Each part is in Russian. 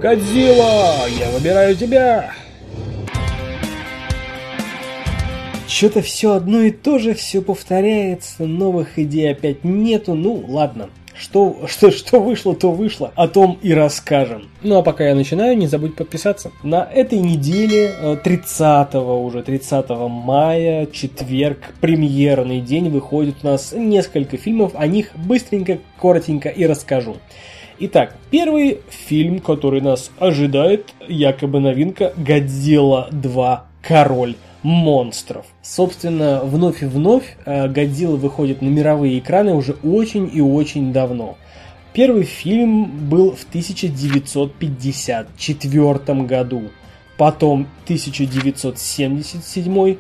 Годзилла, я выбираю тебя! Что-то все одно и то же, все повторяется, новых идей опять нету, ну ладно. Что вышло, то вышло, о том и расскажем. Ну а пока я начинаю, не забудь подписаться. На этой неделе, 30 мая, четверг, премьерный день, выходит у нас несколько фильмов, о них быстренько, коротенько и расскажу. Итак, первый фильм, который нас ожидает, якобы новинка, «Годзилла 2. Король монстров». Собственно, вновь и вновь «Годзилла» выходит на мировые экраны уже очень и очень давно. Первый фильм был в 1954 году, потом 1977,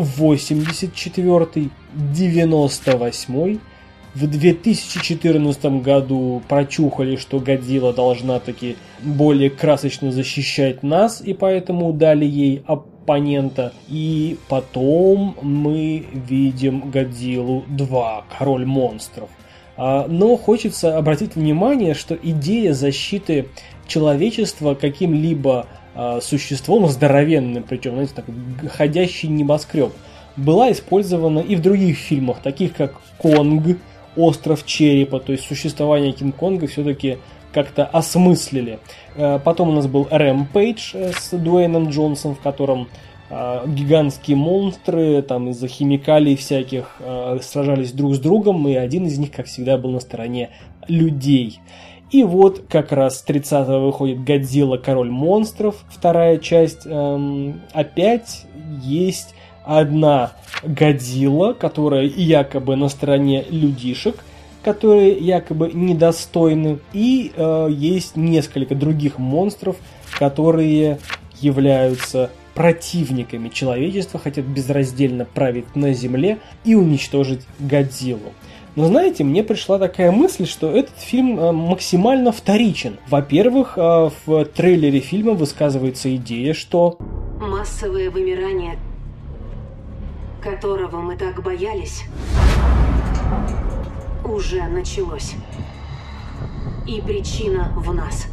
84, 98. В 2014 году прочухали, что Годзилла должна таки более красочно защищать нас, и поэтому дали ей оппонента. И потом мы видим Годзиллу 2, Король монстров. Но хочется обратить внимание, что идея защиты человечества каким-либо существом здоровенным, причем, знаете, такой ходящий небоскреб, была использована и в других фильмах, таких как «Конг», «Остров черепа», то есть существование Кинг-Конга все-таки как-то осмыслили. Потом у нас был «Рэмпейдж» с Дуэйном Джонсом, в котором гигантские монстры там из-за химикалий всяких сражались друг с другом, и один из них, как всегда, был на стороне людей. И вот как раз 30-го выходит «Годзилла. Король монстров», вторая часть. Опять есть одна Годзилла, которая якобы на стороне людишек, которые якобы недостойны, и есть несколько других монстров, которые являются противниками человечества, хотят безраздельно править на земле и уничтожить Годзиллу. Но знаете, мне пришла такая мысль, что этот фильм максимально вторичен. Во-первых, в трейлере фильма высказывается идея, что массовое вымирание, которого мы так боялись, уже началось. И причина в нас.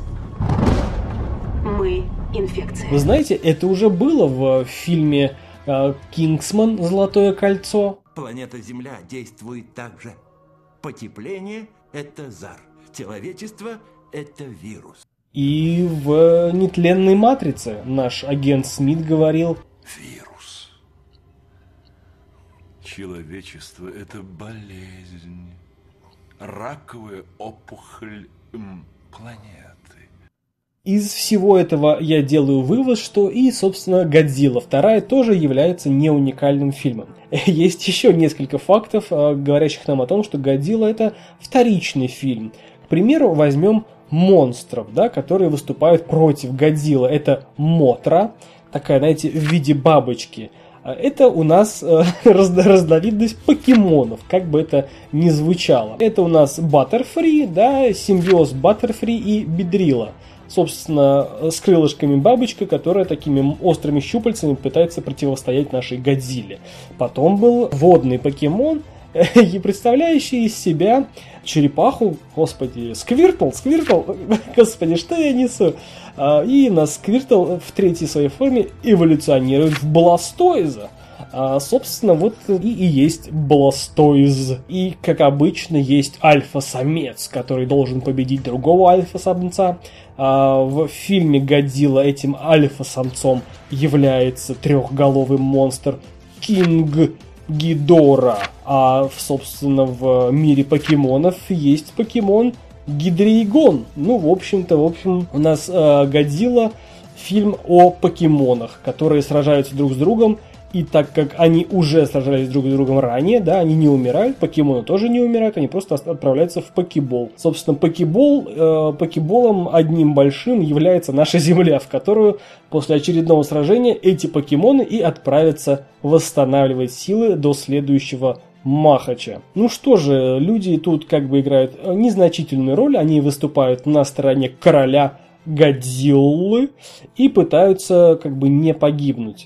Мы инфекция. Вы знаете, это уже было в фильме «Кингсман. Золотое кольцо». Планета Земля действует так же. Потепление – это зар. Человечество – это вирус. И в «Нетленной матрице» наш агент Смит говорил: вирус. Человечество – это болезнь. Раковая опухоль планеты. Из всего этого я делаю вывод, что и, собственно, «Годзилла 2» тоже является не уникальным фильмом. Есть еще несколько фактов, говорящих нам о том, что «Годзилла» — это вторичный фильм. К примеру, возьмем монстров, да, которые выступают против Годзиллы. Это Мотра, такая, знаете, в виде бабочки. Это у нас разновидность покемонов, как бы это ни звучало. Это у нас Баттерфри, да, симбиоз Баттерфри и Бедрила. Собственно, с крылышками бабочка, которая такими острыми щупальцами пытается противостоять нашей Годзилле. Потом был водный покемон, представляющий из себя черепаху, господи, Сквиртл, господи, что я несу? И нас Сквиртл в третьей своей форме эволюционирует в Бластоиза. Собственно, вот и есть Бластоиз. И, как обычно, есть альфа-самец, который должен победить другого альфа-самца. В фильме «Годзилла» этим альфа-самцом является трехголовый монстр Кинг Гидора. А, собственно, в мире покемонов есть покемон Гидрейгон. Ну, в общем, у нас «Годзилла» фильм о покемонах, которые сражаются друг с другом. И так как они уже сражались друг с другом ранее, да, они не умирают, покемоны тоже не умирают, они просто отправляются в покебол. Собственно, покеболом одним большим является наша Земля, в которую после очередного сражения эти покемоны и отправятся восстанавливать силы до следующего Махача. Ну что же, люди тут как бы играют незначительную роль, они выступают на стороне короля Годзиллы и пытаются как бы не погибнуть.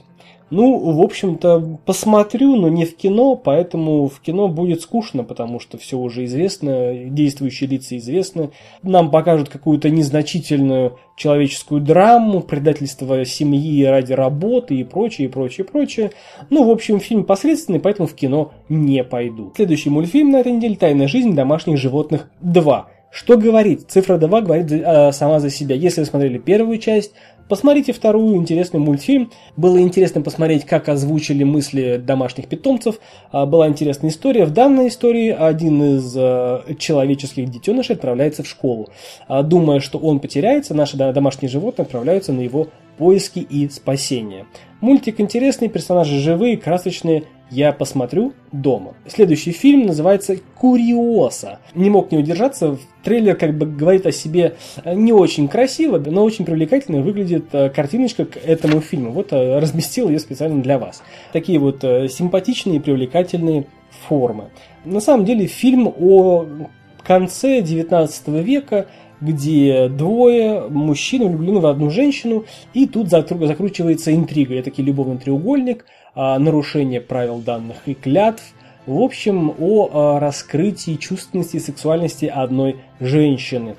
Ну, в общем-то, посмотрю, но не в кино, поэтому в кино будет скучно, потому что все уже известно, действующие лица известны. Нам покажут какую-то незначительную человеческую драму, предательство семьи ради работы и прочее, прочее, прочее. Ну, в общем, фильм посредственный, поэтому в кино не пойду. Следующий мультфильм на этой неделе «Тайная жизнь домашних животных 2». Что говорить? Цифра 2 говорит сама за себя. Если вы смотрели первую часть, посмотрите вторую, интересный мультфильм. Было интересно посмотреть, как озвучили мысли домашних питомцев. Была интересная история. В данной истории один из человеческих детенышей отправляется в школу. Думая, что он потеряется, наши домашние животные отправляются на его поиски и спасение. Мультик интересный, персонажи живые, красочные. Я посмотрю дома. Следующий фильм называется «Куриоса». Не мог не удержаться. Трейлер как бы говорит о себе не очень красиво, но очень привлекательно выглядит картиночка к этому фильму. Вот разместил ее специально для вас. Такие вот симпатичные и привлекательные формы. На самом деле фильм о конце 19 века, где двое мужчин влюблены в одну женщину, и тут закручивается интрига. Это такой любовный треугольник, нарушение правил данных и клятв. В общем, о раскрытии чувственности и сексуальности одной женщины.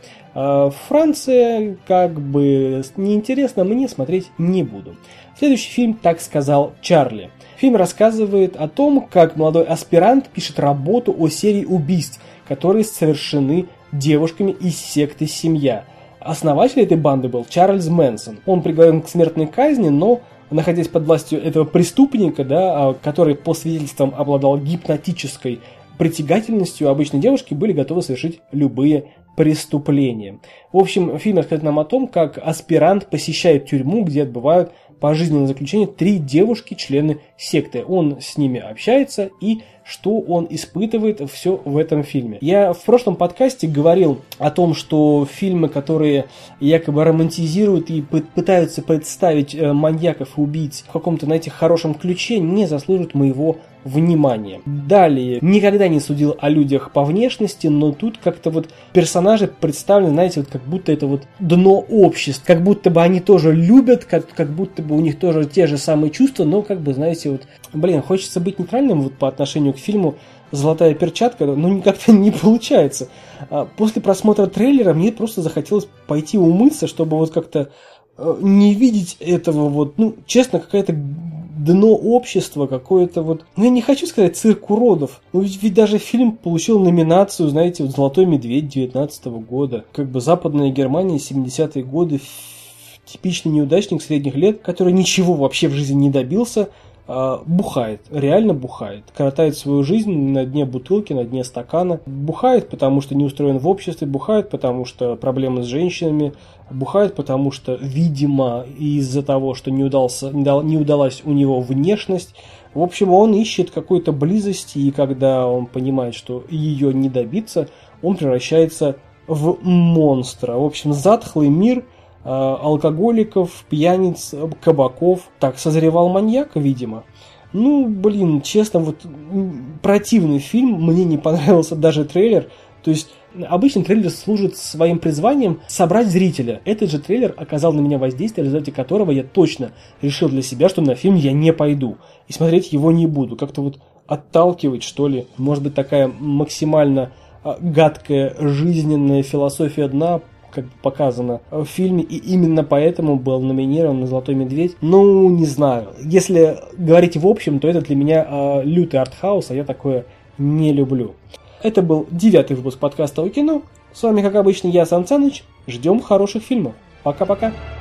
Франция, как бы неинтересно, мне смотреть не буду. Следующий фильм «Так сказал Чарли». Фильм рассказывает о том, как молодой аспирант пишет работу о серии убийств, которые совершены девушками из секты «Семья». Основатель этой банды был Чарльз Мэнсон. Он приговорен к смертной казни, но, находясь под властью этого преступника, который по свидетельствам обладал гипнотической притягательностью, обычные девушки были готовы совершить любые преступления. В общем, фильм рассказывает нам о том, как аспирант посещает тюрьму, где отбывают пожизненное заключение 3 девушки, члены секты. Он с ними общается, и что он испытывает, все в этом фильме. Я в прошлом подкасте говорил о том, что фильмы, которые якобы романтизируют и пытаются представить маньяков и убийц в каком-то, знаете, хорошем ключе, не заслуживают моего внимания. Далее, никогда не судил о людях по внешности, но тут как-то вот персонажи представлены, знаете, вот как будто это вот дно общества, как будто бы они тоже любят, как будто бы у них тоже те же самые чувства, но как бы, знаете, вот, хочется быть нейтральным вот по отношению к фильму «Золотая перчатка», но как-то не получается. После просмотра трейлера мне просто захотелось пойти умыться, чтобы вот как-то не видеть этого вот, честно, какая-то дно общества, какое-то вот... я не хочу сказать цирк уродов, но ведь даже фильм получил номинацию, знаете, вот «Золотой медведь» 19 года. Как бы Западная Германия, 70-е годы, типичный неудачник средних лет, который ничего вообще в жизни не добился, бухает, реально бухает. Коротает свою жизнь на дне бутылки, на дне стакана. Бухает, потому что не устроен в обществе, бухает, потому что проблемы с женщинами, бухает, потому что, видимо, из-за того, что не удалась у него внешность. В общем, он ищет какой-то близости, и когда он понимает, что ее не добиться, он превращается в монстра. В общем, затхлый мир алкоголиков, пьяниц, кабаков. Так созревал маньяк, видимо. Честно, вот противный фильм, мне не понравился даже трейлер. То есть, обычно трейлер служит своим призванием собрать зрителя. Этот же трейлер оказал на меня воздействие, в результате которого я точно решил для себя, что на фильм я не пойду. И смотреть его не буду. Как-то вот отталкивать, что ли. Может быть, такая максимально гадкая жизненная философия дна, как показано в фильме, и именно поэтому был номинирован на «Золотой медведь». Не знаю. Если говорить в общем, то это для меня лютый артхаус, а я такое не люблю. Это был 9-й выпуск подкаста о кино. С вами, как обычно, я, Сан Саныч. Ждем хороших фильмов. Пока-пока.